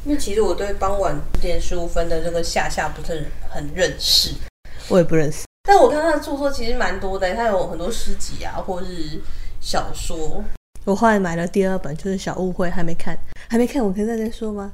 因为其实我对傍晚5点15分的这个夏不是很认识， 我也不认识。 但我看他的著作其实蛮多的，他有很多诗集啊，或是小说。 我后来买了第2本，就是《小误会》，还没看，我可以再说吗？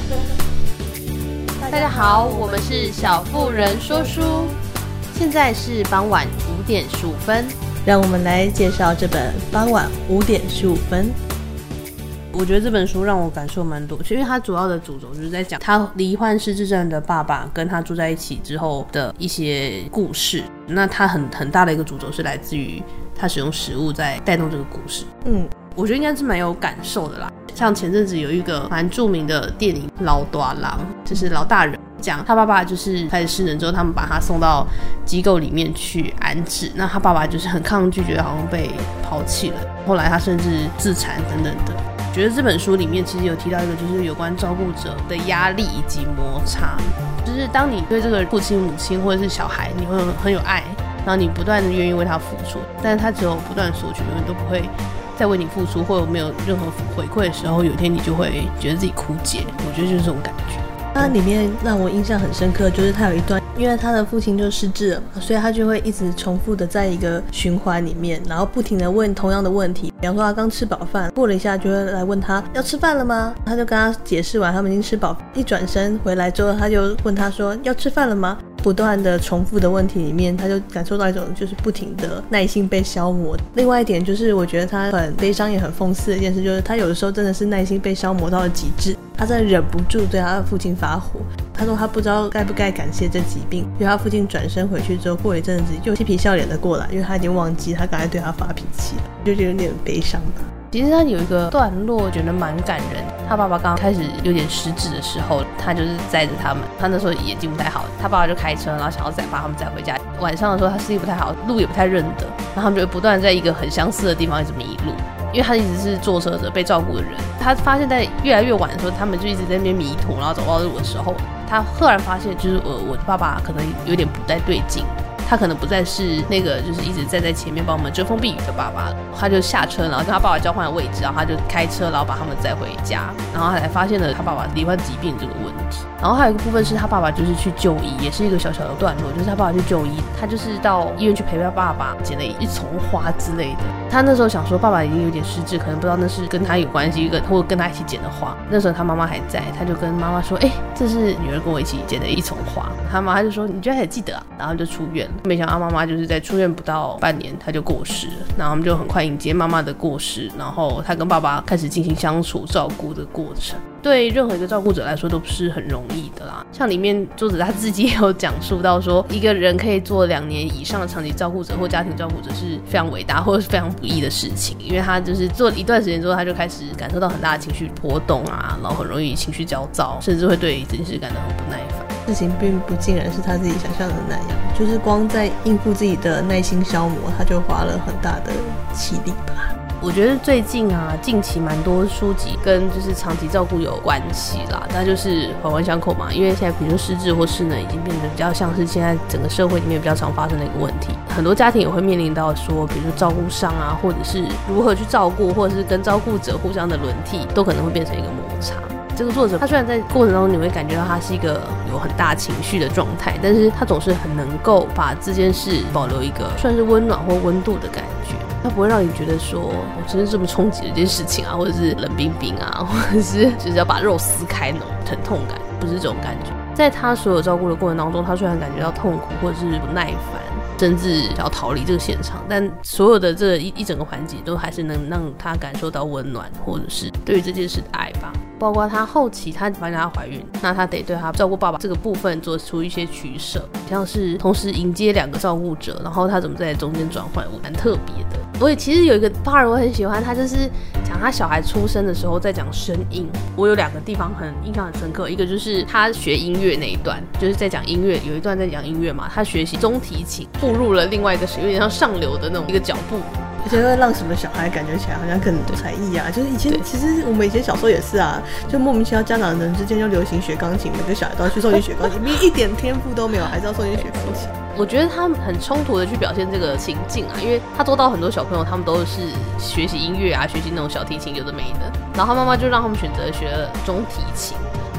大家好，我们是小妇人说书，现在是傍晚5点15分， 让我们来介绍这本傍晚5点15分。 我觉得这本书让我感受蛮多，因为它主要的主轴就是在讲他罹患失智症的爸爸跟他住在一起之后的一些故事。那他很大的一个主轴是来自于他使用食物在带动这个故事。我觉得应该是蛮有感受的啦。像前阵子有一个蛮著名的电影《老大郎》，就是老大人，讲他爸爸就是开始失能之后，他们把他送到机构里面去安置。那他爸爸就是很抗拒，觉得好像被抛弃了。后来他甚至自残等等的。觉得这本书里面其实有提到一个，就是有关照顾者的压力以及摩擦。就是当你对这个父亲、母亲或者是小孩，你会很有爱，然后你不断的愿意为他付出，但是他只有不断索取，永远都不会再为你付出，或者没有任何回馈的时候，有一天你就会觉得自己枯竭。我觉得就是这种感觉。 它里面让我印象很深刻，就是他有一段，因为他的父亲就失智了嘛，所以他就会一直重复的在一个循环里面，然后不停的问同样的问题。比方说他刚吃饱饭，过了一下就会来问他要吃饭了吗？他就跟他解释完他们已经吃饱，一转身回来之后，他就问他说要吃饭了吗？不断的重复的问题里面，他就感受到一种就是不停的耐心被消磨。另外一点就是我觉得他很悲伤也很讽刺的一件事，就是他有的时候真的是耐心被消磨到了极致，他真的忍不住对他的父亲发火。他说他不知道该不该感谢这疾病，因为他父亲转身回去之后，过了一阵子就嬉皮笑脸的过来，因为他已经忘记他刚才对他发脾气了，就觉得有点悲伤吧。 其实他有一个段落我觉得蛮感人，他爸爸刚开始有点失智的时候，他就是载着他们，他那时候眼睛不太好，他爸爸就开车，然后想要把他们载回家。晚上的时候他视力不太好，路也不太认得，然后他们就会不断在一个很相似的地方一直迷路，因为他一直是坐车者被照顾的人。他发现在越来越晚的时候，他们就一直在那边迷途，然后找不到路的时候，他赫然发现就是我的爸爸可能有点不太对劲，他可能不再是那个就是一直站在前面帮我们遮风避雨的爸爸了。他就下车，然后跟他爸爸交换了位置，然后他就开车，然后把他们载回家，然后他才发现了他爸爸罹患疾病这个问题。然后还有一个部分是他爸爸就是去就医，也是一个小小的段落，就是他爸爸去就医，他就是到医院去陪伴爸爸，捡了一丛花之类的。他那时候想说爸爸已经有点失智，可能不知道那是跟他有关系，或者跟他一起捡的花。那时候他妈妈还在，他就跟妈妈说这是女儿跟我一起捡的一丛花。他妈就说你居然还记得啊，然后就出院了。没想到妈妈就是在出院不到半年他就过世了，然后他们就很快迎接妈妈的过世，然后他跟爸爸开始进行相处照顾的过程。对任何一个照顾者来说都不是很容易的啦。像里面作者他自己也有讲述到说，一个人可以做2年以上的长期照顾者或家庭照顾者是非常伟大或者是非常不易的事情，因为他就是做一段时间之后，他就开始感受到很大的情绪波动啊，然后很容易情绪焦躁，甚至会对这件事感到很不耐烦。 事情并不尽然是他自己想象的那样，就是光在应付自己的耐心消磨，他就花了很大的气力吧。 我觉得最近近期蛮多书籍跟就是长期照顾有关系啦，那就是环环相扣嘛。因为现在比如说失智或失能已经变得比较像是现在整个社会里面比较常发生的一个问题，很多家庭也会面临到说，比如说照顾上啊，或者是如何去照顾，或者是跟照顾者互相的轮替，都可能会变成一个摩擦。这个作者他虽然在过程当中你会感觉到他是一个有很大情绪的状态，但是他总是很能够把这件事保留一个算是温暖或温度的感觉。他不会让你觉得说我真是这么冲击的一件事情啊，或者是冷冰冰啊，或者是就是要把肉撕开那种疼痛感，不是这种感觉。在他所有照顾的过程当中，他虽然感觉到痛苦或者是不耐烦，甚至想要逃离这个现场，但所有的这一整个环节都还是能让他感受到温暖，或者是对于这件事的爱吧。包括他后期他发现他怀孕，那他得对他照顾爸爸这个部分做出一些取舍，像是同时迎接2个照顾者，然后他怎么在中间转换，蛮特别的。我也其实有一个 part 我很喜欢，他就是讲他小孩出生的时候在讲声音。我有2个地方很印象很深刻，一个就是他学音乐那一段，就是在讲音乐，有一段在讲音乐嘛，他学习中提琴，步入了另外一个有点像上流的那种一个脚步。 而且会让什么小孩感觉起来好像更多才艺啊，就是以前其实我们以前小时候也是啊，就莫名其妙家长人之间就流行学钢琴，每个小孩都要去送去学钢琴，明明一点天赋都没有，还是要送去学钢琴。 我觉得他很冲突的去表现这个情境啊，因为他做到很多小朋友他们都是学习音乐啊，学习那种小提琴有的没的，然后他妈妈就让他们选择学中提琴。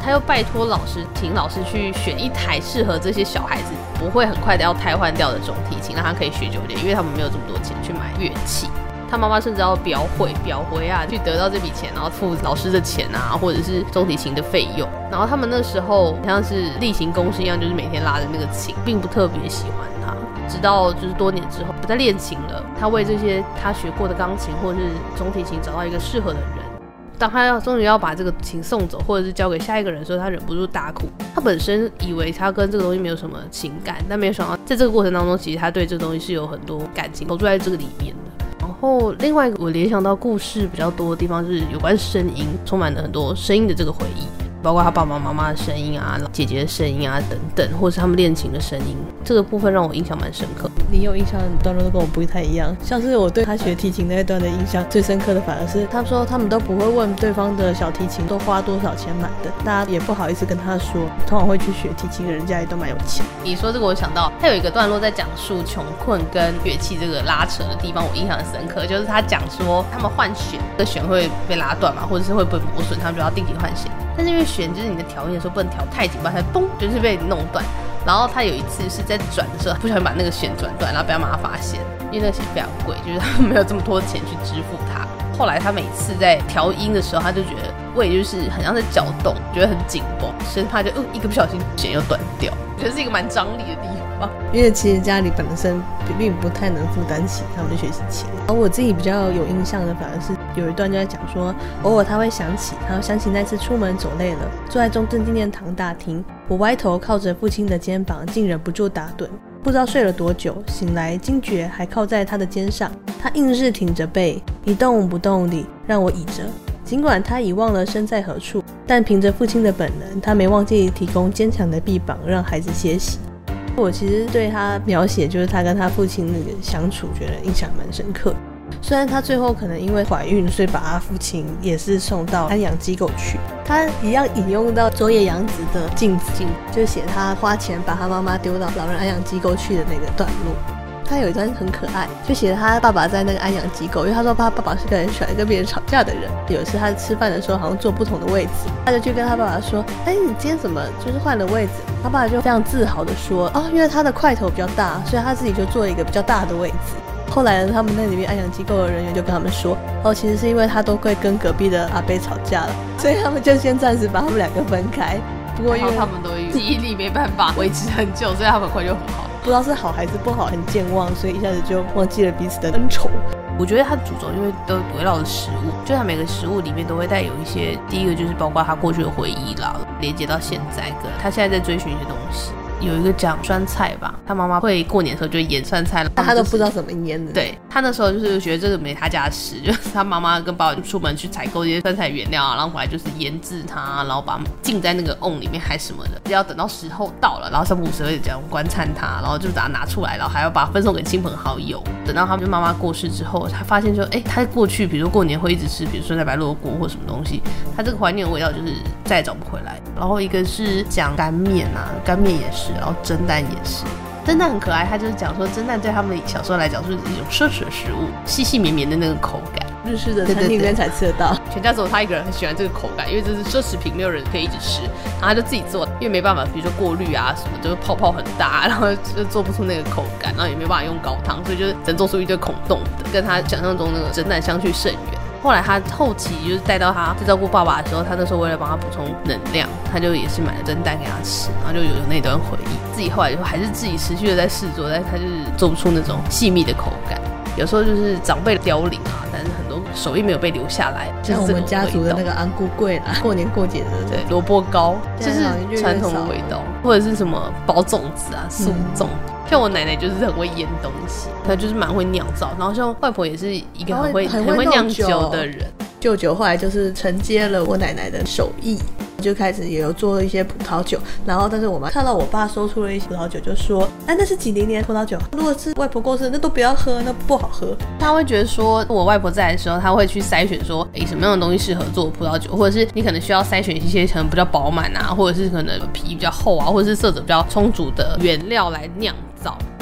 他又拜托老师，请老师去选一台适合这些小孩子不会很快的要汰换掉的中提琴，让他可以学久一点，因为他们没有这么多钱去买乐器。他妈妈甚至要表回啊，去得到这笔钱，然后付老师的钱啊，或者是中提琴的费用。然后他们那时候像是例行公事一样，就是每天拉着那个琴，并不特别喜欢他。直到就是多年之后不再练琴了，他为这些他学过的钢琴或者是中提琴找到一个适合的人。当他终于要把这个琴送走，或者是交给下一个人的时候，他忍不住大哭。他本身以为他跟这个东西没有什么情感，但没有想到在这个过程当中，其实他对这个东西是有很多感情投注在这个里面的。然后另外一个我联想到故事比较多的地方是有关声音，充满了很多声音的这个回忆，包括他爸爸妈妈的声音啊，姐姐的声音啊等等，或者是他们练琴的声音，这个部分让我印象蛮深刻。 你有印象的段落都跟我不太一样，像是我对他学提琴那一段的印象最深刻的反而是他说他们都不会问对方的小提琴都花多少钱买的，大家也不好意思跟他说，通常会去学提琴的人家也都蛮有钱。 你说这个我想到他有一个段落在讲述穷困跟乐器这个拉扯的地方，我印象很深刻，就是他讲说他们换弦，这个弦会被拉断嘛，或者是会被磨损，他们就要定期换弦。但是因为弦就是你的调音的时候不能调太紧，不然它嘣就是被弄断。然后他有一次是在转的时候不小心把那个弦转断，然后被他妈妈发现，因为那个弦非常贵，就是他们没有这么多钱去支付它。后来他每次在调音的时候，他就觉得胃就是很像在搅动，觉得很紧绷，生怕就一个不小心弦又断掉，我觉得是一个蛮张力的地方。 因为其实家里本身并不太能负担起他们的学习琴。而我自己比较有印象的反而是有一段就在讲说，偶尔他会想起那次出门走累了，坐在中正纪念堂大厅，我歪头靠着父亲的肩膀，竟忍不住打盹。不知道睡了多久，醒来惊觉还靠在他的肩上，他硬是挺着背，一动不动地让我倚着。尽管他已忘了身在何处，但凭着父亲的本能，他没忘记提供坚强的臂膀让孩子歇息。我其实对他描写就是他跟他父亲那个相处，觉得印象蛮深刻。虽然他最后可能因为怀孕，所以把他父亲也是送到安养机构去。他一样引用到佐野洋子的镜子，就是写他花钱把他妈妈丢到老人安养机构去的那个段落。他有一段很可爱，就写他爸爸在那个安养机构，因为他说他爸爸是个很喜欢跟别人吵架的人。有一次他吃饭的时候好像坐不同的位置，他就去跟他爸爸说，你今天怎么就是换了位置？他爸爸就非常自豪的说，因为他的块头比较大，所以他自己就坐了一个比较大的位置。后来呢，他们那里面安养机构的人员就跟他们说，其实是因为他都会跟隔壁的阿伯吵架了，所以他们就先暂时把他们两个分开。不过因为他们都记忆力没办法维持很久，所以他们很快就很好。 不知道是好还是不好，很健忘，所以一下子就忘记了彼此的恩仇。 我觉得他主轴因为都围绕着食物，就他每个食物里面都会带有一些，第一个就是包括他过去的回忆啦，连接到现在跟他现在在追寻一些东西。有一个讲酸菜吧，他妈妈会过年的时候就腌酸菜， 但他都不知道怎么腌的。 对，他那时候就是觉得这个没他家的事，就是他妈妈跟爸爸出门去采购一些酸菜原料啊，然后回来就是腌制它，然后把它浸在那个瓮里面还什么的，要等到时候到了，然后三不五时会这样观察它，然后就把它拿出来，然后还要把它分送给亲朋好友。等到他们妈妈过世之后，他发现说，他过去比如说过年会一直吃，比如说酸菜白萝卜或什么东西，他这个怀念的味道就是再也找不回来。然后一个是讲干面啊，干面也是，然后蒸蛋也是。蒸蛋很可爱，他就是讲说蒸蛋对他们小时候来讲是一种奢侈的食物，细细绵绵的那个口感， 日式的餐厅里面才吃得到。 全家只有他一个人很喜欢这个口感，因为这是奢侈品，没有人可以一直吃，然后他就自己做，因为没办法，比如说过滤啊什么，就是泡泡很大，然后就做不出那个口感，然后也没办法用高汤，所以就是只能做出一堆孔洞的，跟他想象中那个蒸蛋相去甚远。后来他后期就是带到他在照顾爸爸的时候，他那时候为了帮他补充能量，他就也是买了蒸蛋给他吃，然后就有那段回忆。自己后来就还是自己持续的在试做，但他就是做不出那种细密的口感。有时候就是长辈凋零啊，但是很多手艺没有被留下来， 像我们家族的那个安菇粿啦，过年过节的对萝卜糕，就是传统的味道，或者是什么包粽子啊、素粽。像我奶奶就是很会腌东西，她就是蛮会酿造，然后像外婆也是一个很会酿酒的人。 舅舅后来就是承接了我奶奶的手艺，就开始也有做一些葡萄酒，然后但是我妈看到我爸说出了一些葡萄酒，就说那是几零年葡萄酒，如果是外婆过世那都不要喝，那不好喝。 他会觉得说我外婆在的时候，他会去筛选说什么样的东西适合做葡萄酒，或者是你可能需要筛选一些可能比较饱满啊，或者是可能皮比较厚啊，或者是色泽比较充足的原料来酿造。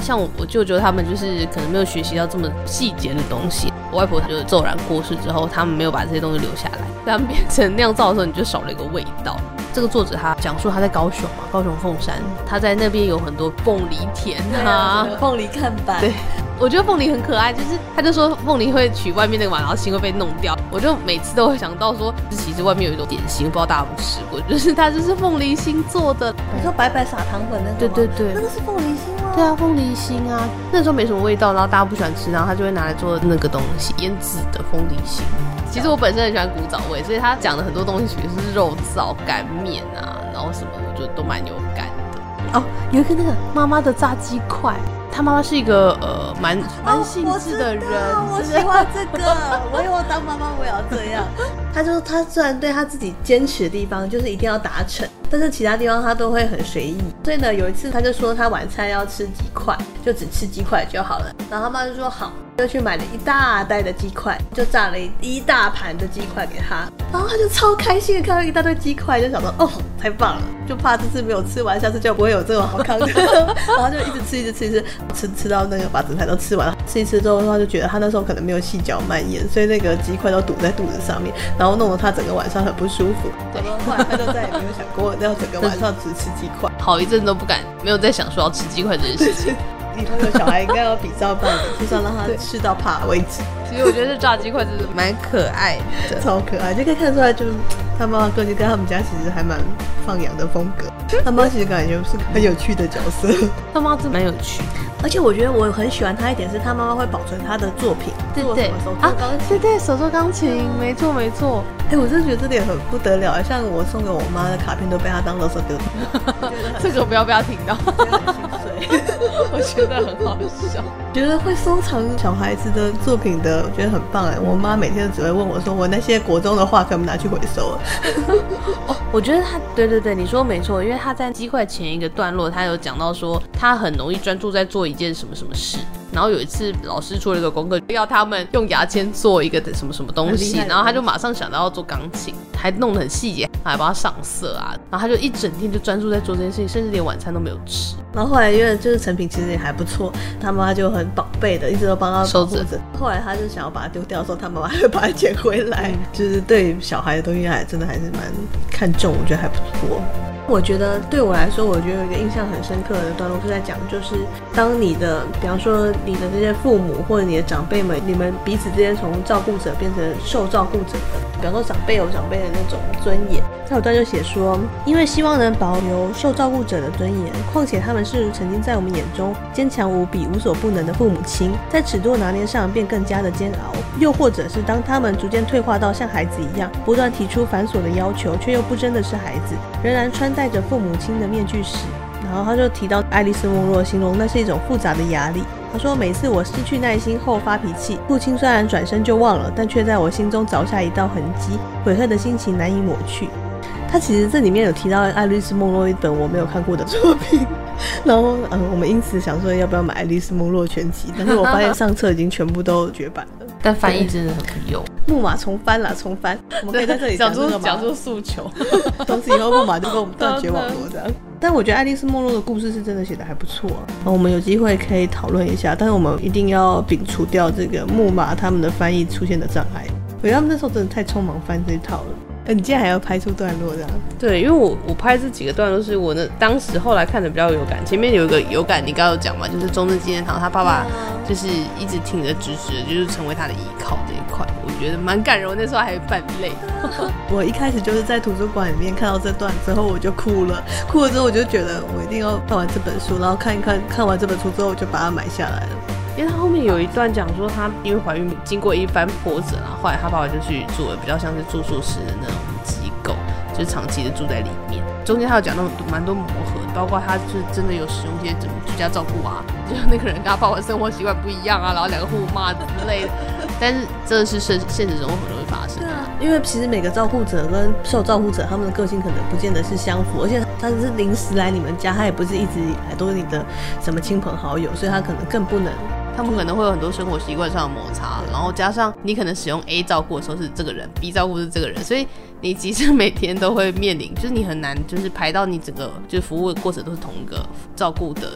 像我舅舅他们就是可能没有学习到这么细节的东西。我外婆就骤然过世之后，他们没有把这些东西留下来，他们变成酿造的时候，你就少了一个味道。这个作者他讲述他在高雄嘛，高雄凤山，他在那边有很多凤梨田啊， 凤梨看板。 对，我觉得凤梨很可爱，就是他就说凤梨会取外面那个嘛，然后心会被弄掉。我就每次都会想到说，其实外面有一种点心，不知道大家有没有吃过，就是它就是凤梨心做的。 你说白白撒糖粉那种吗？ 对对对， 那个是凤梨心吗？ 对啊，凤梨心啊，那时候没什么味道，然后大家不喜欢吃，然后他就会拿来做那个东西，腌制的凤梨心。其实我本身很喜欢古早味，所以他讲的很多东西，比如是肉燥、干面啊，然后什么，我觉得都蛮有感的。哦，有一个那个妈妈的炸鸡块，他妈妈是一个蛮细致的人， 我喜欢这个，我以后当妈妈我也要这样。他就他虽然对他自己坚持的地方就是一定要达成，但是其他地方他都会很随意。所以呢，有一次他就说他晚餐要吃鸡块，就只吃鸡块就好了。然后他妈就说好，就去买了一大袋的鸡块，就炸了一大盘的鸡块给他。然后他就超开心的看到一大堆鸡块，就想说哦，太棒了，就怕这次没有吃完，下次就不会有这种好康的。然后就一直吃到那个把整台都吃完了。吃一吃之后，他就觉得他那时候可能没有细嚼慢咽，所以那个鸡块都堵在肚子上面，然后弄得他整个晚上很不舒服。对，后来他就再也没有想过要整个晚上只吃鸡块， 好一阵都不敢，没有再想说要吃鸡块这件事情。 以后有小孩应该要比照办的，就是要让他吃到怕为止。 其实我觉得这炸鸡块真的蛮可爱的， 超可爱，就可以看出来，就是他妈妈个性跟他们家其实还蛮放养的风格。他妈其实感觉是很有趣的角色， 他妈真蛮有趣的。 而且我觉得我很喜欢他一点是，他妈妈会保存他的作品， 对对对对，手作钢琴，没错没错。 我真的觉得这点很不得了，像我送给我妈的卡片都被他当垃圾丢掉。 这个不要听到， 我觉得很好笑。觉得会收藏小孩子的作品的，我觉得很棒哎。我妈每天只会问我说，我那些国中的画可不可以拿去回收了？ 哦，我觉得他对，你说没错，因为他在鸡块前一个段落，他有讲到说他很容易专注在做一件什么什么事。然后有一次老师出了一个功课，要他们用牙签做一个什么什么东西，然后他就马上想到要做钢琴，还弄得很细节，还帮他上色啊。然后他就一整天就专注在做这件事情，甚至连晚餐都没有吃。 然后后来因为就是成品其实也还不错，他妈妈就很宝贝的，一直都帮他收着。后来他就想要把它丢掉的时候，他妈妈会把它捡回来。就是对小孩的东西还真的还是蛮看重，我觉得还不错。我觉得对我来说，我觉得有一个印象很深刻的段落是在讲，就是当你的，比方说你的这些父母或者你的长辈们，你们彼此之间从照顾者变成受照顾者的，比方说长辈有长辈的那种尊严。他有段就写说，因为希望能保留受照顾者的尊严，况且他们是曾经在我们眼中坚强无比、无所不能的父母亲，在尺度拿捏上便更加的煎熬。又或者是当他们逐渐退化到像孩子一样，不断提出繁琐的要求，却又不真的是孩子，仍然穿戴着父母亲的面具时，然后他就提到爱丽丝梦洛形容那是一种复杂的压力。他说，每次我失去耐心后发脾气，父亲虽然转身就忘了，但却在我心中凿下一道痕迹，悔恨的心情难以抹去。他其实这里面有提到爱丽丝梦洛一本我没有看过的作品，然后我们因此想说要不要买爱丽丝梦洛全集，但是我发现上册已经全部都绝版了。 但翻译真的很不用， 木马重翻啦，重翻。我们可以在这里讲出诉求， 从此以后木马就跟我们断绝网络这样。但我觉得爱丽丝梦洛的故事是真的写得还不错我们有机会可以讨论一下，但是我们一定要摒除掉这个木马他们的翻译出现的障碍。我觉得他们那时候真的太匆忙翻这一套了。你竟然还要拍出段落这样？对， 因为我拍这几个段落是我当时后来看的比较有感。前面有一个有感，你刚刚有讲嘛，就是中正纪念堂他爸爸就是一直挺着直直的，就是成为他的依靠这一块，我觉得蛮感人。我那时候还泛泪。 我一开始就是在图书馆里面看到这段之后我就哭了之后我就觉得我一定要看完这本书，然后看完这本书之后我就把它买下来了。 因为他后面有一段讲说，他因为怀孕经过一番波折啊，后来他爸爸就去做了比较像是住宿式的那种机构，就是长期的住在里面。中间他有讲到蛮多磨合，包括他就是真的有使用一些怎么居家照顾啊，就是那个人跟他爸爸的生活习惯不一样啊，然后两个互骂之类的。但是这是现实中很容易发生的。 因为其实每个照顾者跟受照顾者他们的个性可能不见得是相符，而且他是临时来你们家，他也不是一直以来都是你的什么亲朋好友，所以他可能更不能。 他们可能会有很多生活习惯上的摩擦，然后加上你可能使用 A 照顾的时候是这个人， B 照顾是这个人，所以你其实每天都会面临，就是你很难就是排到你整个就是服务的过程都是同一个照顾的人，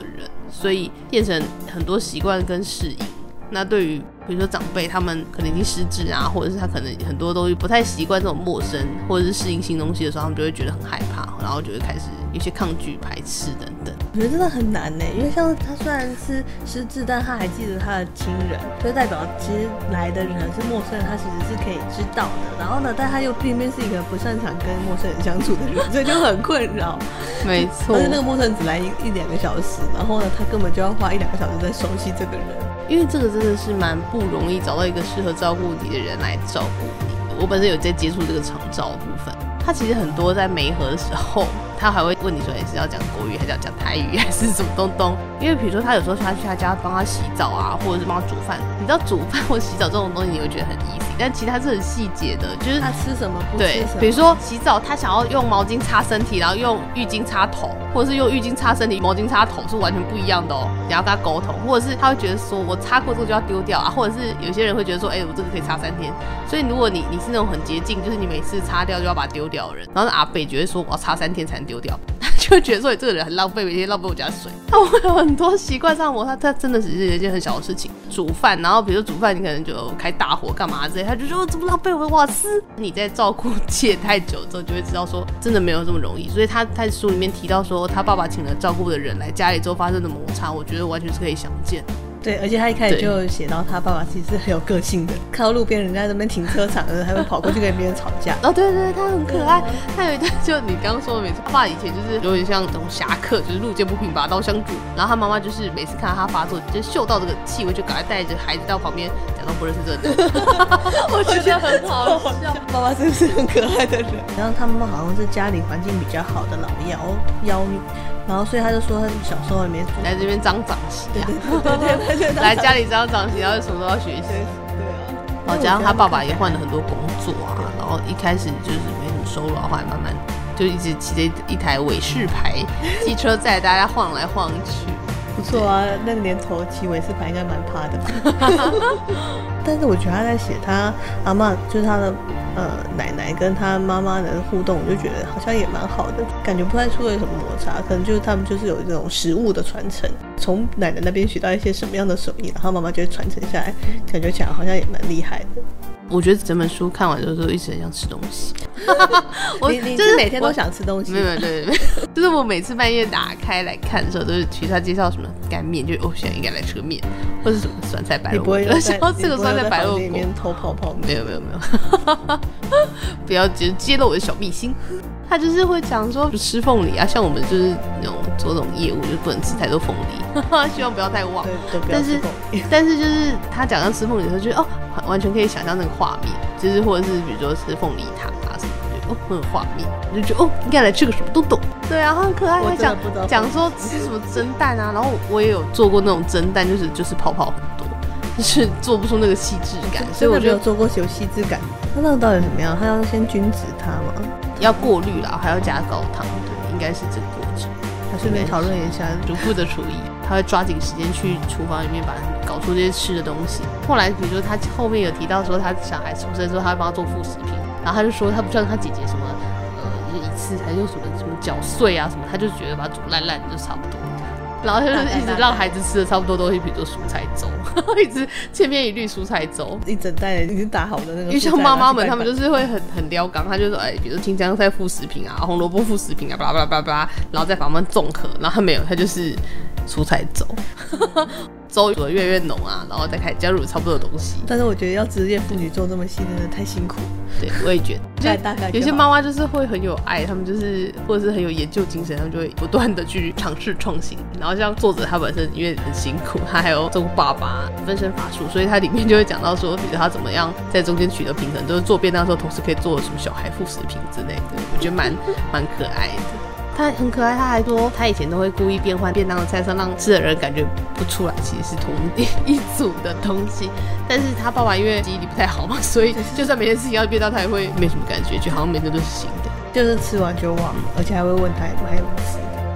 所以变成很多习惯跟适应。那对于比如说长辈，他们可能已经失智啊，或者是他可能很多东西不太习惯这种陌生或者是适应新东西的时候，他们就会觉得很害怕，然后就会开始有些抗拒、排斥等等。 我觉得真的很难呢，因为像他虽然是失智，但他还记得他的亲人，就代表其实来的人是陌生人，他其实是可以知道的。然后呢，但他又偏偏是一个不擅长跟陌生人相处的人，所以就很困扰。 没错， 而且那个陌生人只来一两个小时，然后呢，他根本就要花1-2个小时在熟悉这个人。 因为这个真的是蛮不容易找到一个适合照顾你的人来照顾你。我本身有在接触这个长照的部分，他其实很多在媒合的时候，他还会问你说你是要讲国语还是要讲台语还是什么东东。因为比如说他有时候他去他家帮他洗澡啊，或者是帮他煮饭，你知道煮饭或洗澡这种东西你会觉得很 easy， 但其实它是很细节的，就是他吃什么不吃什么。 对，比如说洗澡他想要用毛巾擦身体，然后用浴巾擦头，或者是用浴巾擦身体毛巾擦头是完全不一样的哦，你要跟他沟通。或者是他会觉得说我擦过这个就要丢掉啊，或者是有些人会觉得说我这个可以擦3天。所以如果你是那种很洁净，就是你每次擦掉就要把它丢掉的人，然后阿北觉得说我要擦3天才能丢掉，他就会觉得说你这个人很浪费，每天浪费我家水。他会有很多习惯上他真的只是一件很小的事情，煮饭，然后比如说煮饭你可能就开大火干嘛之类，他就说怎么浪费我的瓦斯。你在照顾界太久之后就会知道说真的没有这么容易。所以他在书里面提到说他爸爸请了照顾的人来家里之后发生的摩擦，我觉得完全是可以想见。 对，而且他一开始就写到他爸爸其实是很有个性的，看到路边人家在那边停车场的，还会跑过去跟别人吵架。 哦，对对，他很可爱。他有一段就你刚刚说的没错，他爸以前就是有点像那种侠客，就是路见不平拔刀相助。然后他妈妈就是每次看到他发作，就嗅到这个气味，就赶快带着孩子到旁边，假装不认识这个人。我觉得很好笑。 爸爸真的是很可爱的人。然后他妈妈好像是家里环境比较好的老妖女。然后所以他就说他小时候也没来这边张长旗啊， 对， 来家里张长旗，然后什么都要学习。 对啊， 然后加上他爸爸也换了很多工作啊，然后一开始就是没什么收入，后来慢慢就一直骑着一台伟士牌机车载大家晃来晃去。 不错啊，那个年头骑伟士牌应该蛮怕的吧。但是我觉得他在写他阿嬷，就是他的奶奶跟他妈妈的互动，我就觉得好像也蛮好的，感觉不太出了什么摩擦，可能就是他们就是有这种食物的传承，从奶奶那边学到一些什么样的手艺，然后妈妈就会传承下来，感觉起来好像也蛮厉害的。 我觉得整本书看完之后一直很想吃东西。 你就是每天都想吃东西？ 没有，就是我每次半夜打开来看的时候，都是其实他介绍什么干面，就现在应该来吃个面，或是什么酸菜白肉锅。我想要这个酸菜白肉锅里面偷泡泡面？ 没有，不要揭露我的小秘辛。他就是会讲说吃凤梨啊，像我们就是那种做这种业务就不能吃太多凤梨，希望不要太旺。 对，不要吃凤梨。 但是就是他讲到吃凤梨的时候，觉得完全可以想象那个画面，就是或者是比如说吃凤梨糖啊什么的，很有画面，我就觉得应该来吃个什么都懂。对啊，很可爱。他讲说吃什么蒸蛋啊，然后我也有做过那种蒸蛋，就是泡泡很多，就是做不出那个细致感，所以我觉得做过有细致感。那个到底怎么样？他要先均质它吗？ 要过滤啦，还要加高汤，对，应该是这个过程。 他顺便讨论一下主妇的厨艺，他会抓紧时间去厨房里面把搞出这些吃的东西。后来比如说他后面有提到说他小孩出生之后，他会帮他做副食品，然后他就说他不像他姐姐什么一次还用什么搅碎啊什么，他就觉得把它煮烂烂就差不多。然后就是一直让孩子吃的差不多东西，比如说蔬菜粥，一直千篇一律蔬菜粥， 一整袋已经打好的那个。 因为像妈妈们，他们就是会很撩缸，他就说比如说青江菜副食品啊，红萝卜副食品啊，巴拉巴拉巴拉巴拉，然后再把它们综合。然后他没有，他就是蔬菜粥，粥煮得越来越浓啊，然后再开始加入差不多的东西。 但是我觉得要职业妇女做这么细，真的太辛苦。 对，我也觉得。 大概有些妈妈就是会很有爱，他们就是或者是很有研究精神，他们就会不断的去尝试创新。然后像作者他本身因为很辛苦，他还有照顾爸爸分身乏术，所以他里面就会讲到说，比如他怎么样在中间取得平衡，就是做便当的时候同时可以做什么小孩副食品之类的，我觉得蛮可爱的。他很可爱，他还说他以前都会故意变换便当的菜色，让吃的人感觉不出来其实是同一组的东西。但是他爸爸因为记忆力不太好嘛，所以就算每件事情要变到，他也会没什么感觉，就好像每天都是新的， 就是吃完就忘了，而且还会问他有没有吃。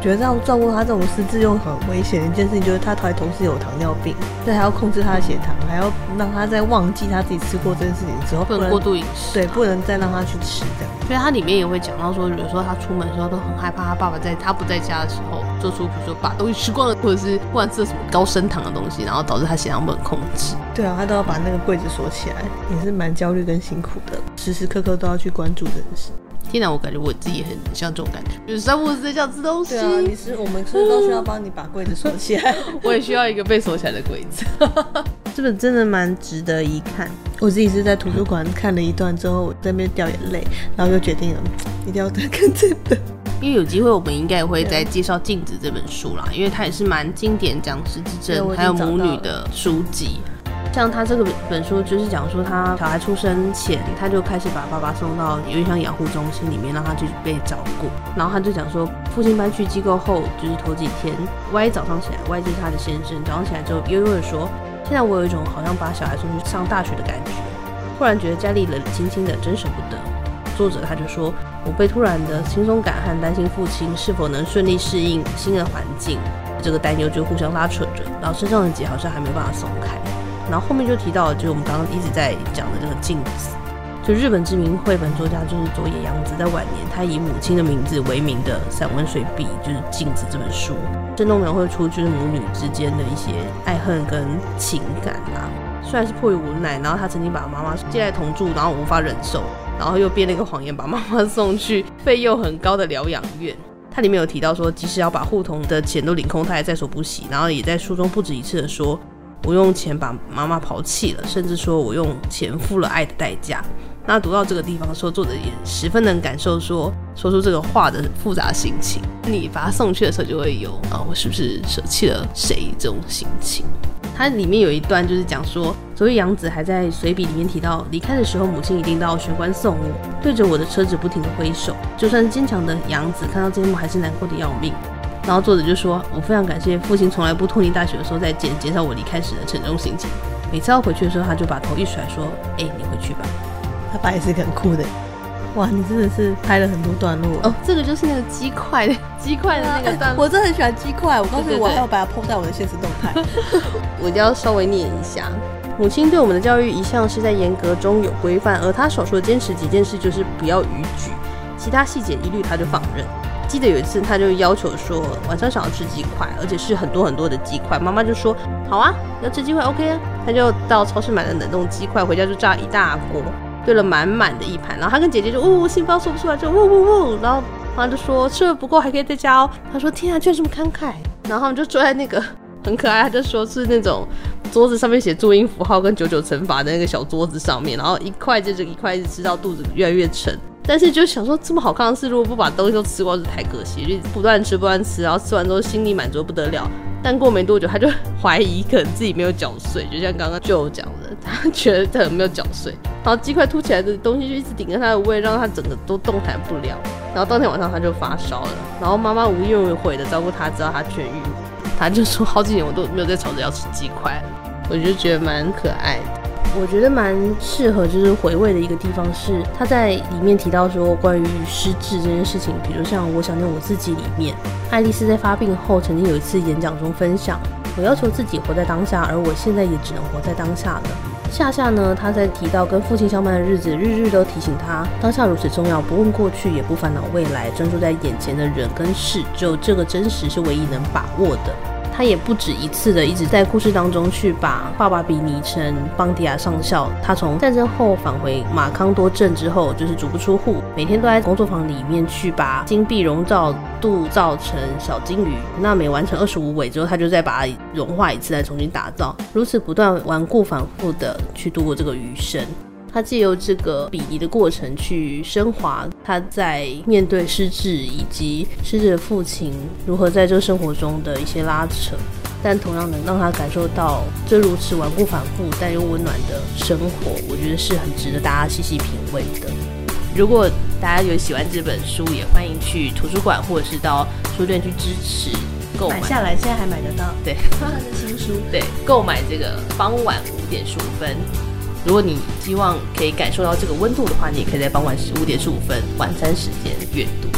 觉得照顾他这种失智又很危险的一件事情，就是他还同时有糖尿病，所以还要控制他的血糖，还要让他在忘记他自己吃过这件事情之后， 不能过度饮食， 对，不能再让他去吃这样。 所以他里面也会讲到说，有时候他出门的时候都很害怕他爸爸在他不在家的时候做出比如说把东西吃光了，或者是不然吃了什么高升糖的东西，然后导致他血糖不能控制。 对啊，他都要把那个柜子锁起来，也是蛮焦虑跟辛苦的，时时刻刻都要去关注这件事。 天哪，我感觉我自己也很像这种感觉，就是三不五时想吃东西。 对啊，我们是都需要帮你把柜子锁起来。 我也需要一个被锁起来的柜子。 这本真的蛮值得一看。我自己是在图书馆看了一段之后，我在那边掉眼泪，然后就决定了一定要再看这本。 因为有机会我们应该也会再介绍《镜子》这本书啦，因为它也是蛮经典讲失智症还有母女的书籍。像他这个本书就是讲说，他小孩出生前他就开始把爸爸送到有点像养护中心里面，让他去被照顾。然后他就讲说，父亲搬去机构后，就是头几天，Y 早上起来，Y 就是他的先生，早上起来之后悠悠的说，现在我有一种好像把小孩送去上大学的感觉，忽然觉得家里冷清清的，真舍不得。作者他就说，我被突然的轻松感和担心父亲是否能顺利适应新的环境，这个担忧就互相拉扯着，然后身上的结好像还没办法松开。然后后面就提到，就是我们刚刚一直在讲的这个镜子，就日本知名绘本作家就是佐野洋子，在晚年他以母亲的名字为名的散文随笔就是《镜子》这本书，生动描绘出就是母女之间的一些爱恨跟情感啊。虽然是迫于无奈，然后他曾经把妈妈接来同住，然后无法忍受，然后又编了一个谎言把妈妈送去费用很高的疗养院。他里面有提到说，即使要把户头的钱都领空，他还在所不惜，然后也在书中不止一次的说，我用钱把妈妈抛弃了，甚至说我用钱付了爱的代价。那读到这个地方的时候，作者也十分能感受说出这个话的复杂心情。你把他送去的时候，就会有我是不是舍弃了谁这种心情。它里面有一段就是讲说，佐野洋子还在随笔里面提到，离开的时候母亲一定到玄关送我，对着我的车子不停地挥手。就算是坚强的洋子看到这一幕还是难过的要命。然后作者就说，我非常感谢父亲从来不托尼大学的时候再见，减少我离开时的沉重心情。每次要回去的时候，他就把头一甩说，你回去吧。 他爸也是很酷的。哇，你真的是拍了很多段落哦。这个就是那个鸡块的那个段落。 我真的很喜欢鸡块，我告诉你，我还要把它 po 在我的现实动态。 我一定要稍微念一下。母亲对我们的教育一向是在严格中有规范，而她少数的坚持几件事就是不要逾矩，其他细节一律她就放任。记得有一次他就要求说晚上想要吃鸡块，而且是很多很多的鸡块，妈妈就说好啊，要吃鸡块 OK 啊。他就到超市买了冷冻鸡块，回家就炸一大锅，兑了满满的一盘。然后他跟姐姐就心包说不出来，就然后妈就说吃了不够还可以再加哦。他说天啊，居然这么慷慨。然后他们就坐在那个很可爱，他就说是那种桌子上面写注音符号跟99乘法的那个小桌子上面，然后一块接着一块一直吃到肚子越来越沉。但是就想说这么好看的事，如果不把东西都吃光就太可惜，就不断吃，然后吃完之后心里满足不得了。但过没多久他就怀疑可能自己没有搅碎，就像刚刚就讲的，他觉得他没有搅碎，然后鸡块凸起来的东西就一直顶着他的胃，让他整个都动弹不了。然后当天晚上他就发烧了，然后妈妈无怨无悔的照顾他，直到他痊愈。他就说好几年我都没有再吵着要吃鸡块，我就觉得蛮可爱的。我觉得蛮适合就是回味的一个地方是，他在里面提到说关于失智这件事情，比如像我想念我自己里面，爱丽丝在发病后曾经有一次演讲中分享，我要求自己活在当下，而我现在也只能活在当下了。下呢，他在提到跟父亲相伴的日子，日日都提醒他当下如此重要，不问过去也不烦恼未来，专注在眼前的人跟事，只有这个真实是唯一能把握的。他也不止一次的一直在故事当中去把爸爸比拟成邦迪亚上校。他从战争后返回马康多镇之后，就是足不出户，每天都在工作坊里面去把金币熔造铸造成小金鱼。那每完成25尾之后，他就再把它融化一次，再重新打造，如此不断顽固反复的去度过这个余生。他藉由这个比拟的过程去升华他在面对失智以及失智的父亲如何在这个生活中的一些拉扯，但同样能让他感受到这如此顽固反复但又温暖的生活，我觉得是很值得大家细细品味的。如果大家有喜欢这本书，也欢迎去图书馆或者是到书店去支持购买下来，现在还买得到。 对， 它是新书。 对，购买这个傍晚5点15分。如果你希望可以感受到这个温度的话，你也可以在傍晚5点15分晚餐时间阅读。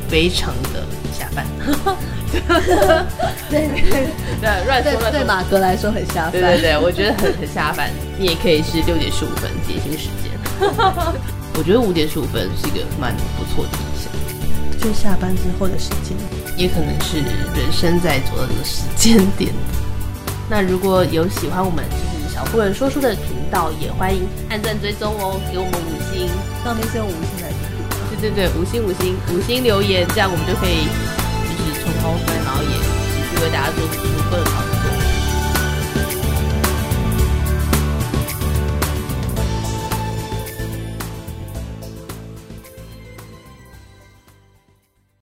非常的下饭。 对乱说乱说。 对马哥来说很下饭。 对，我觉得很下饭。你也可以是6点15分点心时间。我觉得5点15分是一个蛮不错的印象， 就下班之后的时间， 也可能是人生在走到这个时间点。那如果有喜欢我们就是小妇人说书的频道，也欢迎按赞追踪哦，给我们5星。 上面是用5星来评比。 对，五星留言，这样我们就可以就是冲高分，然后也持续为大家做